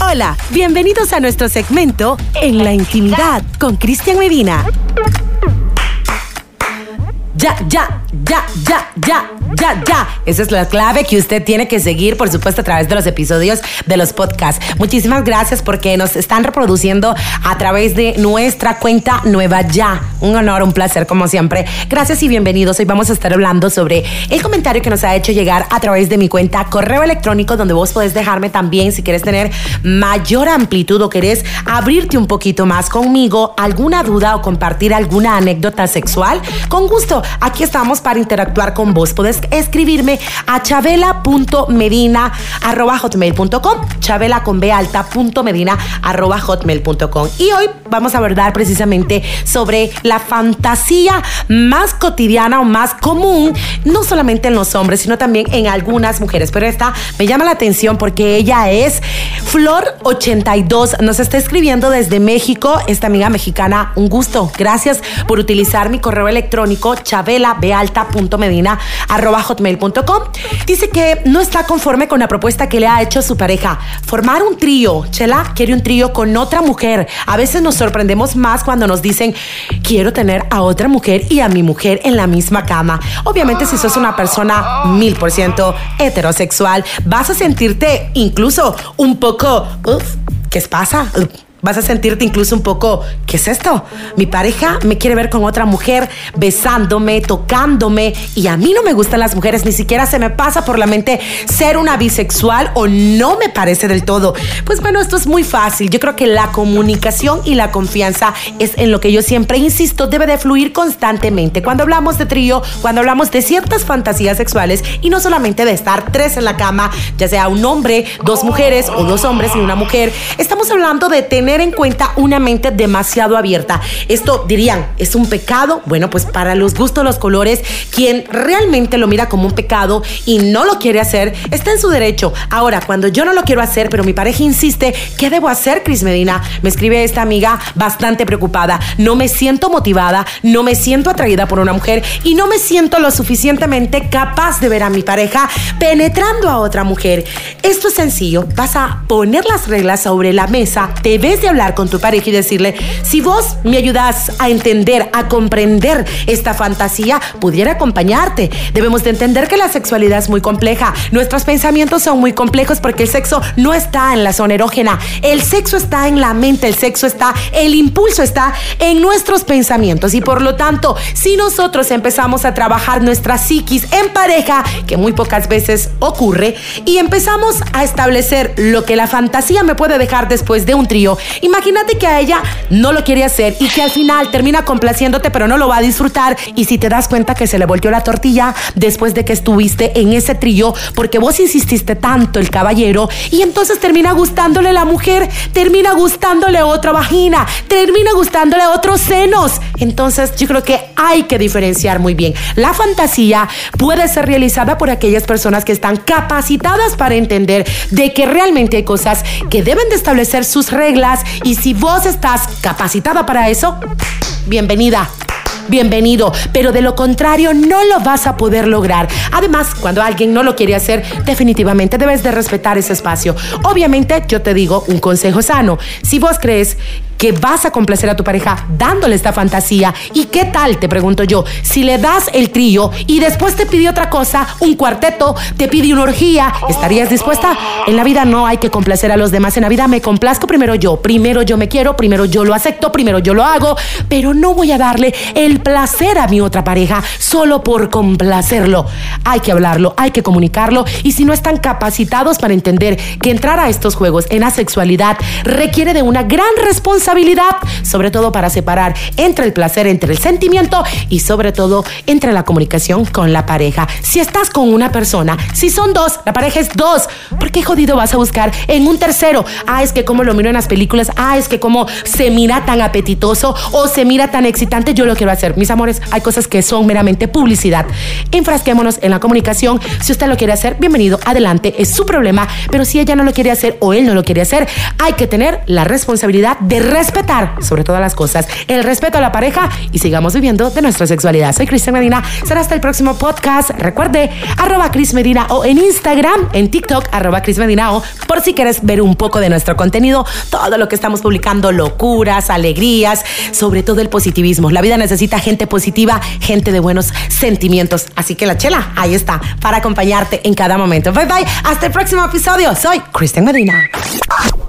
Hola, bienvenidos a nuestro segmento En la Intimidad con Cristian Medina. Ya. Esa es la clave que usted tiene que seguir, por supuesto, a través de los episodios de los podcasts. Muchísimas gracias porque nos están reproduciendo a través de nuestra cuenta Nueva Ya. Un honor, un placer, como siempre. Gracias y bienvenidos. Hoy vamos a estar hablando sobre el comentario que nos ha hecho llegar a través de mi cuenta correo electrónico, donde vos podés dejarme también, si quieres tener mayor amplitud o querés abrirte un poquito más conmigo, alguna duda o compartir alguna anécdota sexual. Con gusto, aquí estamos para interactuar con vos. Podés escribirme a chavela.medina@hotmail.com, chavela.medina@hotmail.com. Y hoy vamos a abordar precisamente sobre la fantasía más cotidiana o más común, no solamente en los hombres, sino también en algunas mujeres. Pero esta me llama la atención porque ella es Flor82. Nos está escribiendo desde México. Esta amiga mexicana, un gusto. Gracias por utilizar mi correo electrónico chavela.medina@hotmail.com. Dice que no está conforme con la propuesta que le ha hecho su pareja. Formar un trío. Chela quiere un trío con otra mujer. A veces nos sorprendemos más cuando nos dicen, quiero tener a otra mujer y a mi mujer en la misma cama. Obviamente, si sos una persona 1000% heterosexual, vas a sentirte incluso un poco, ¿qué pasa? Vas a sentirte incluso un poco, ¿qué es esto? Mi pareja me quiere ver con otra mujer besándome, tocándome, y a mí no me gustan las mujeres, ni siquiera se me pasa por la mente ser una bisexual, o no me parece del todo. Pues bueno, esto es muy fácil. Yo creo que la comunicación y la confianza es en lo que yo siempre insisto, debe de fluir constantemente. Cuando hablamos de trío, cuando hablamos de ciertas fantasías sexuales, y no solamente de estar 3 en la cama, ya sea un hombre, 2 mujeres, o 2 hombres y una mujer, estamos hablando de tener en cuenta una mente demasiado abierta. Esto dirían, ¿es un pecado? Bueno, pues para los gustos, los colores, quien realmente lo mira como un pecado y no lo quiere hacer, está en su derecho. Ahora, cuando yo no lo quiero hacer, pero mi pareja insiste, ¿qué debo hacer, Cris Medina? Me escribe esta amiga bastante preocupada. No me siento motivada, no me siento atraída por una mujer y no me siento lo suficientemente capaz de ver a mi pareja penetrando a otra mujer. Esto es sencillo. Vas a poner las reglas sobre la mesa, te ves de hablar con tu pareja y decirle, si vos me ayudas a entender, a comprender esta fantasía, pudiera acompañarte. Debemos de entender que la sexualidad es muy compleja. Nuestros pensamientos son muy complejos porque el sexo no está en la zona erógena. El sexo está en la mente, el impulso está en nuestros pensamientos. Y por lo tanto, si nosotros empezamos a trabajar nuestra psiquis en pareja, que muy pocas veces ocurre, y empezamos a establecer lo que la fantasía me puede dejar después de un trío, imagínate que a ella no lo quiere hacer y que al final termina complaciéndote, pero no lo va a disfrutar. Y si te das cuenta que se le volteó la tortilla después de que estuviste en ese trío, porque vos insististe tanto, el caballero, y entonces termina gustándole la mujer, termina gustándole otra vagina, termina gustándole otros senos. Entonces yo creo que hay que diferenciar muy bien. La fantasía puede ser realizada por aquellas personas que están capacitadas para entender de que realmente hay cosas que deben de establecer sus reglas, y si vos estás capacitada para eso, bienvenida. Bienvenido, pero de lo contrario no lo vas a poder lograr. Además, cuando alguien no lo quiere hacer, definitivamente debes de respetar ese espacio. Obviamente, yo te digo un consejo sano. Si vos crees que vas a complacer a tu pareja dándole esta fantasía, ¿y qué tal, te pregunto yo, si le das el trío y después te pide otra cosa, un cuarteto, te pide una orgía, ¿estarías dispuesta? En la vida no hay que complacer a los demás. En la vida me complazco primero yo me quiero, primero yo lo acepto, primero yo lo hago, pero no voy a darle el placer a mi otra pareja solo por complacerlo. Hay que hablarlo, hay que comunicarlo, y si no están capacitados para entender que entrar a estos juegos en la sexualidad requiere de una gran responsabilidad, sobre todo para separar entre el placer, entre el sentimiento y sobre todo entre la comunicación con la pareja. Si estás con una persona, si son 2, la pareja es 2, ¿por qué jodido vas a buscar en un tercero? Es que como lo miro en las películas, es que como se mira tan apetitoso o se mira tan excitante, yo lo quiero hacer. Mis amores, hay cosas que son meramente publicidad. Enfrasquémonos en la comunicación. Si usted lo quiere hacer, bienvenido, adelante, es su problema, pero si ella no lo quiere hacer o él no lo quiere hacer, hay que tener la responsabilidad de respetar sobre todas las cosas, el respeto a la pareja y sigamos viviendo de nuestra sexualidad. Soy Cristian Medina. Será hasta el próximo podcast. Recuerde, @CrisMedina o en Instagram, en TikTok, @CrisMedina o por si quieres ver un poco de nuestro contenido, todo lo que estamos publicando, locuras, alegrías, sobre todo el positivismo. La vida necesita gente positiva, gente de buenos sentimientos. Así que la chela, ahí está, para acompañarte en cada momento. Bye bye, hasta el próximo episodio. Soy Cristian Medina.